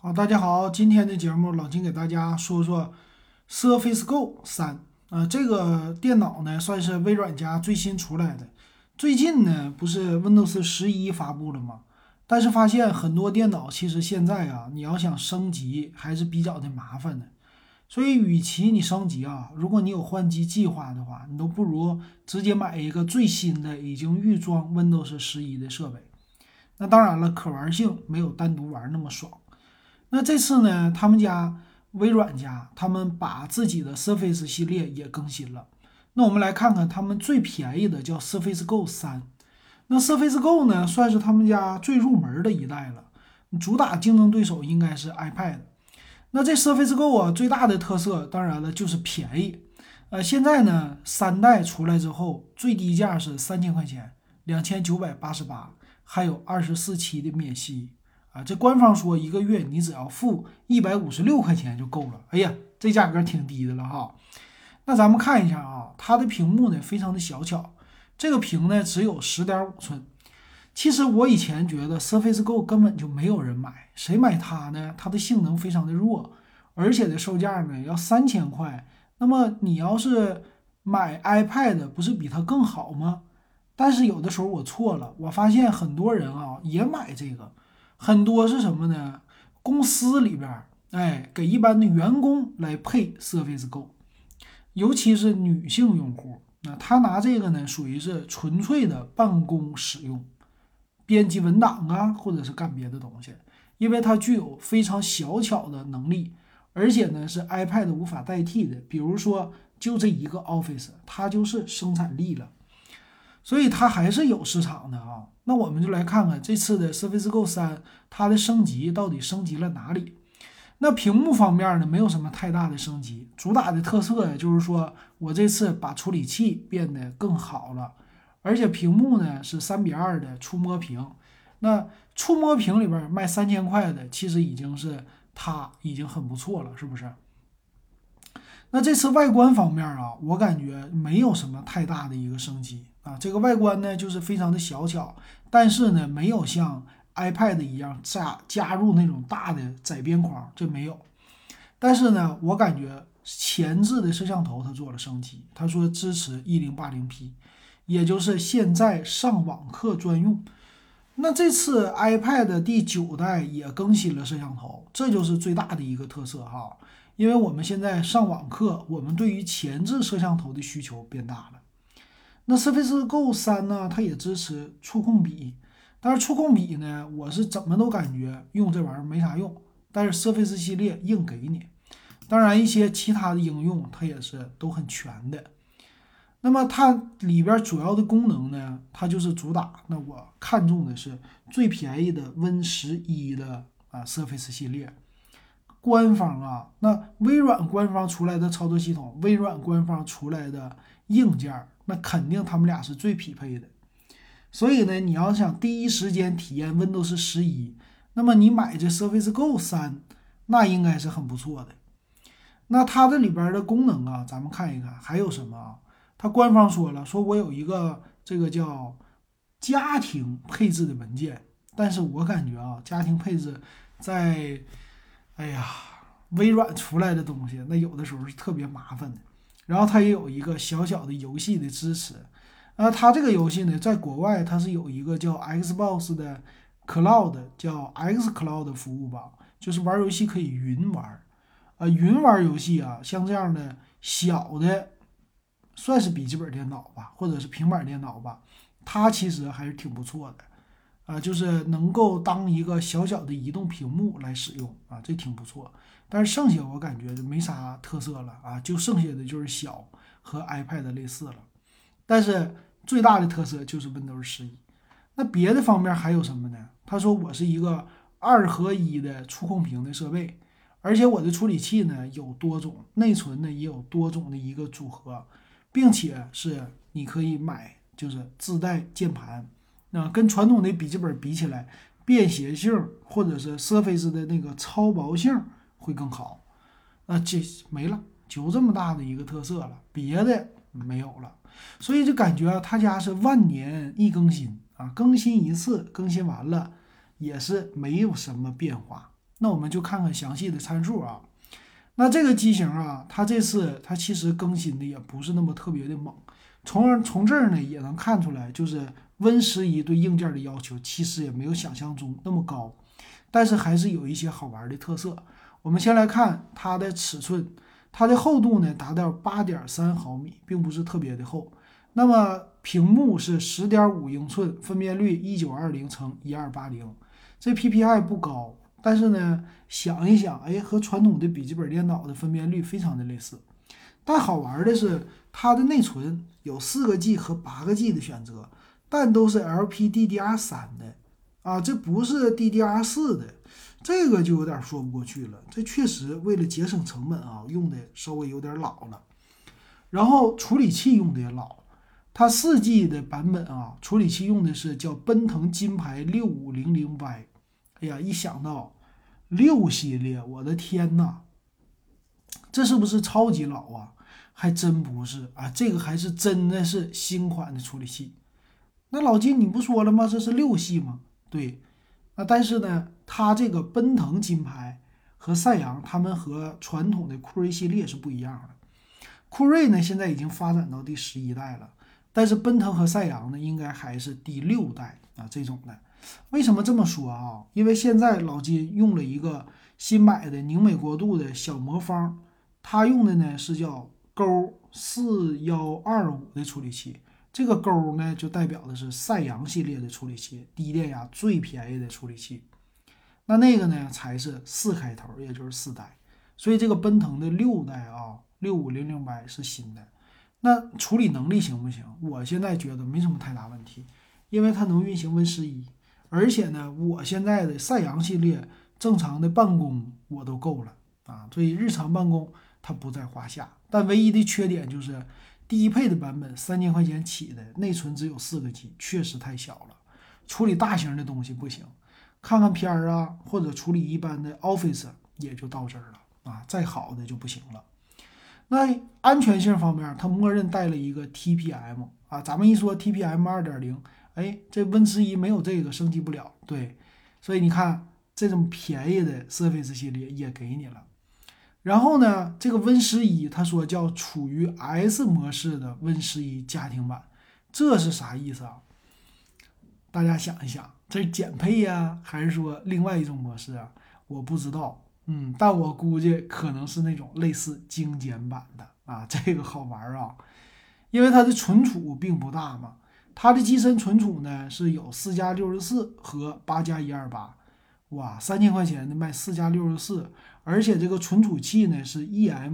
好，大家好，今天的节目老金给大家说说 Surface Go 3。这个电脑呢算是微软家最新出来的。最近呢不是 Windows 11发布了吗？但是发现很多电脑其实现在你要想升级还是比较的麻烦的。所以与其你升级如果你有换机计划的话，你都不如直接买一个最新的已经预装 Windows 11的设备。那当然了，可玩性没有单独玩那么爽。那这次呢，他们家微软家，他们把自己的 Surface 系列也更新了。那我们来看看他们最便宜的叫 Surface Go 3。那 Surface Go 呢，算是他们家最入门的一代了，主打竞争对手应该是 iPad。那这 Surface Go 最大的特色当然了就是便宜。现在呢，3代出来之后，最低价是3000块钱，2988，还有24期的免息。这官方说一个月你只要付156块钱就够了。哎呀，这价格挺低的了哈。那咱们看一下它的屏幕呢非常的小巧，这个屏呢只有10.5寸。其实我以前觉得 Surface Go 根本就没有人买，谁买它呢？它的性能非常的弱，而且的售价呢要3000块。那么你要是买 iPad 不是比它更好吗？但是有的时候我错了，我发现很多人也买这个。很多是什么呢？公司里边给一般的员工来配 Surface Go，尤其是女性用户，那他拿这个呢，属于是纯粹的办公使用，编辑文档或者是干别的东西，因为它具有非常小巧的能力，而且呢是 iPad 无法代替的。比如说，就这一个 Office，它就是生产力了。所以它还是有市场的那我们就来看看这次的 Surface Go 3，它的升级到底升级了哪里？那屏幕方面呢，没有什么太大的升级，主打的特色就是说我这次把处理器变得更好了，而且屏幕呢是3:2的触摸屏。那触摸屏里边卖3000块的，其实已经很不错了，是不是？那这次外观方面我感觉没有什么太大的一个升级这个外观呢就是非常的小巧，但是呢没有像 iPad 一样加入那种大的窄边框，这没有。但是呢，我感觉前置的摄像头它做了升级，他说支持1080P，也就是现在上网课专用。那这次 iPad 第9代也更新了摄像头，这就是最大的一个特色哈。因为我们现在上网课，我们对于前置摄像头的需求变大了。那 Surface Go 3呢，它也支持触控笔，但是触控笔呢，我是怎么都感觉用这玩意儿没啥用。但是 Surface 系列硬给你，当然一些其他的应用它也是都很全的。那么它里边主要的功能呢，它就是主打。那我看中的是最便宜的 Win11的Surface 系列。官方那微软官方出来的操作系统，微软官方出来的硬件，那肯定他们俩是最匹配的。所以呢，你要想第一时间体验 Windows 11，那么你买这 Surface Go 3，那应该是很不错的。那它这里边的功能咱们看一看还有什么它官方说了，说我有一个这个叫家庭配置的文件，但是我感觉家庭配置在哎呀，微软出来的东西，那有的时候是特别麻烦的。然后它也有一个小小的游戏的支持。它这个游戏呢，在国外它是有一个叫 Xbox 的 Cloud，叫 X Cloud 服务吧，就是玩游戏可以云玩。云玩游戏像这样的小的，算是笔记本电脑吧，或者是平板电脑吧，它其实还是挺不错的。就是能够当一个小小的移动屏幕来使用这挺不错。但是剩下我感觉就没啥特色了就剩下的就是小和 iPad 类似了。但是最大的特色就是 Windows 11。那别的方面还有什么呢？他说我是一个2合1的触控屏的设备，而且我的处理器呢有多种，内存呢也有多种的一个组合，并且是你可以买就是自带键盘。那跟传统的笔记本比起来，便携性或者是 Surface 的那个超薄性会更好。这没了，就这么大的一个特色了，别的没有了。所以就感觉他家是万年一更新更新一次，更新完了也是没有什么变化。 那我们就看看详细的参数啊。那这个机型啊，它这次它其实更新的也不是那么特别的猛，从这儿呢也能看出来，就是 Win11对硬件的要求其实也没有想象中那么高，但是还是有一些好玩的特色。我们先来看它的尺寸，它的厚度呢达到8.3毫米，并不是特别的厚。那么屏幕是10.5英寸，分辨率1920×1280，这 PPI 不高，但是呢，想一想，哎，和传统的笔记本电脑的分辨率非常的类似。但好玩的是，它的内存有4G 和8G 的选择，但都是 LPDDR3的啊，这不是 DDR4的，这个就有点说不过去了。这确实为了节省成本啊，用的稍微有点老了。然后处理器用的也老，它4G 的版本啊，处理器用的是叫奔腾金牌6500Y。哎呀，一想到6系列，我的天呐，这是不是超级老啊？还真不是啊，这个还是真的是新款的处理器。那老金你不说了吗？这是6系吗？对，但是呢，它这个奔腾金牌和赛扬，它们和传统的酷睿系列是不一样的。酷睿呢，现在已经发展到第11代了，但是奔腾和赛扬呢，应该还是第6代啊这种的。为什么这么说啊？因为现在老金用了一个新买的宁美国度的小魔方，它用的呢是叫勾4125的处理器。这个勾呢就代表的是赛扬系列的处理器，低电压最便宜的处理器。那个呢才是4开头，也就是4代。所以这个奔腾的6代啊，6500Y是新的。那处理能力行不行？我现在觉得没什么太大问题，因为它能运行 Win11，而且呢，我现在的赛扬系列正常的办公我都够了啊，所以日常办公它不在话下。但唯一的缺点就是低配的版本3000块钱起的，内存只有4G，确实太小了，处理大型的东西不行，看看片儿啊，或者处理一般的 Office 也就到这儿了啊，再好的就不行了。那安全性方面，它默认带了一个 TPM 啊，咱们一说 TPM 2.0，哎，这 Win11没有这个升级不了，对，所以你看这种便宜的 Surface 系列也给你了。然后呢，这个 Win11它说叫处于 S 模式的 Win11家庭版，这是啥意思啊？大家想一想，这是减配呀，还是说另外一种模式啊？我不知道，但我估计可能是那种类似精简版的啊，这个好玩啊，因为它的存储并不大嘛，它的机身存储呢是有4+64和8+128，哇，3000块钱的卖4+64，而且这个存储器呢是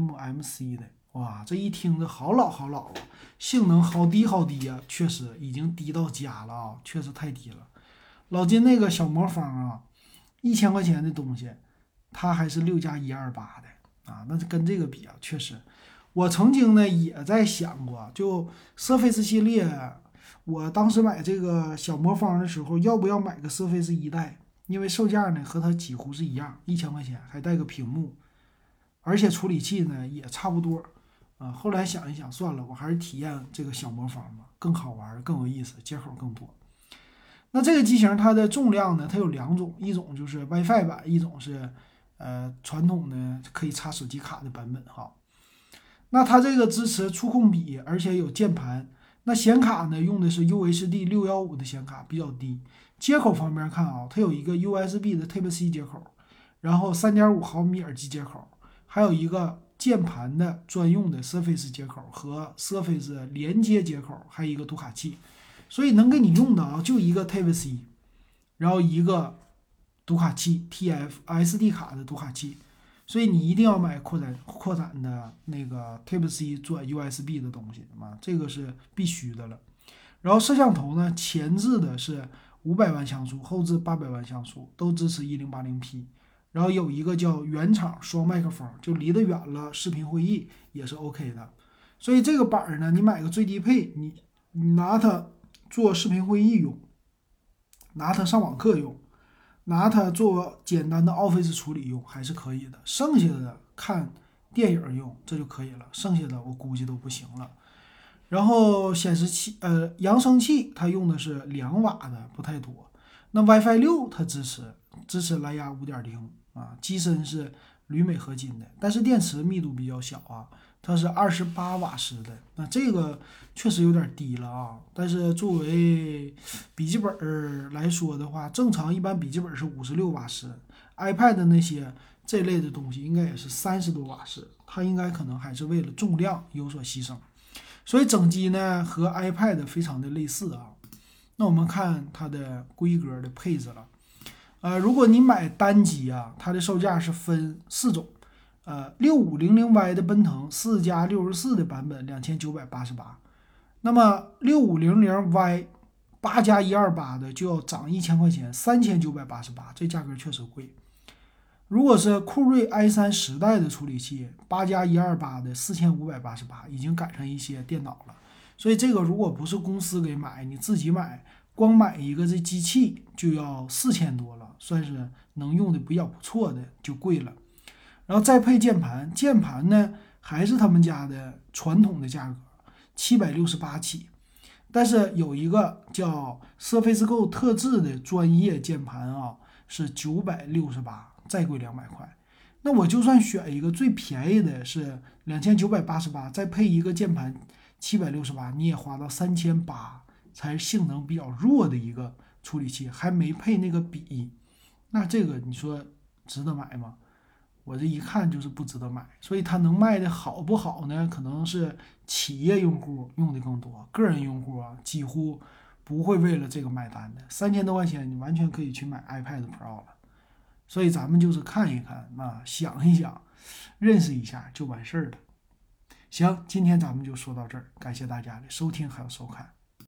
eMMC 的，哇，这一听着好老好老啊，性能好低好低呀，确实已经低到家了啊，确实太低了。老金那个小魔方啊，1000块钱的东西，它还是6+128的啊，那跟这个比啊，确实，我曾经呢也在想过，就 Surface 系列，我当时买这个小魔方的时候，要不要买个 Surface 1代？因为售价呢和它几乎是一样，1000块钱还带个屏幕，而且处理器呢也差不多啊。后来想一想，算了，我还是体验这个小魔方吧，更好玩，更有意思，接口更多。那这个机型它的重量呢，它有2种，一种就是 WiFi 版，一种是传统的可以插手机卡的版本哈。那它这个支持触控笔，而且有键盘。那显卡呢，用的是 UHD 615的显卡，比较低。接口方面看啊，它有一个 USB 的 Type-C 接口，然后3.5毫米耳机接口，还有一个键盘的专用的 Surface 接口和 Surface 连接接口，还有一个读卡器。所以能给你用的啊，就一个 Type-C，然后一个读卡器 TF SD 卡的读卡器。所以你一定要买扩展的那个 Type-C 转 USB 的东西嘛，这个是必须的了。然后摄像头呢，前置的是500万像素，后置800万像素，都支持1080P。然后有一个叫原厂双麦克风，就离得远了视频会议也是 OK 的。所以这个板儿呢，你买个最低配，你拿它做视频会议用，拿它上网课用，拿它做简单的 Office 处理用还是可以的，剩下的看电影用这就可以了，剩下的我估计都不行了。然后显示器，扬声器它用的是2瓦的，不太多。那 WiFi 6它支持蓝牙5.0 啊，机身是铝镁合金的，但是电池密度比较小啊，它是28瓦时的，那这个确实有点低了啊。但是作为笔记本来说的话，正常一般笔记本是56瓦时，iPad 那些这类的东西应该也是30多瓦时，它应该可能还是为了重量有所牺牲。所以整机呢和 iPad 非常的类似啊。那我们看它的规格的配置了。如果你买单机啊，它的售价是分4种。6500Y 的奔腾4+64的版本2988，那么6500Y 8+128的就要涨1000块钱，3988，这价格确实贵。如果是酷睿 i3 10代的处理器8+128的4588，已经赶上一些电脑了。所以这个如果不是公司给买，你自己买，光买一个这机器就要4000多了，算是能用的比较不错的，就贵了。然后再配键盘，键盘呢还是他们家的传统的价格，768起。但是有一个叫 Surface Go 特制的专业键盘啊，是968，再贵200块。那我就算选一个最便宜的是2988，再配一个键盘768，你也花到3800，才是性能比较弱的一个处理器，还没配那个笔。那这个你说值得买吗？我这一看就是不值得买，所以它能卖的好不好呢？可能是企业用户用的更多，个人用户啊几乎不会为了这个买单的。3000多块钱，你完全可以去买 iPad Pro 了。所以咱们就是看一看啊，想一想，认识一下就完事儿了。行，今天咱们就说到这儿，感谢大家的收听还有收看。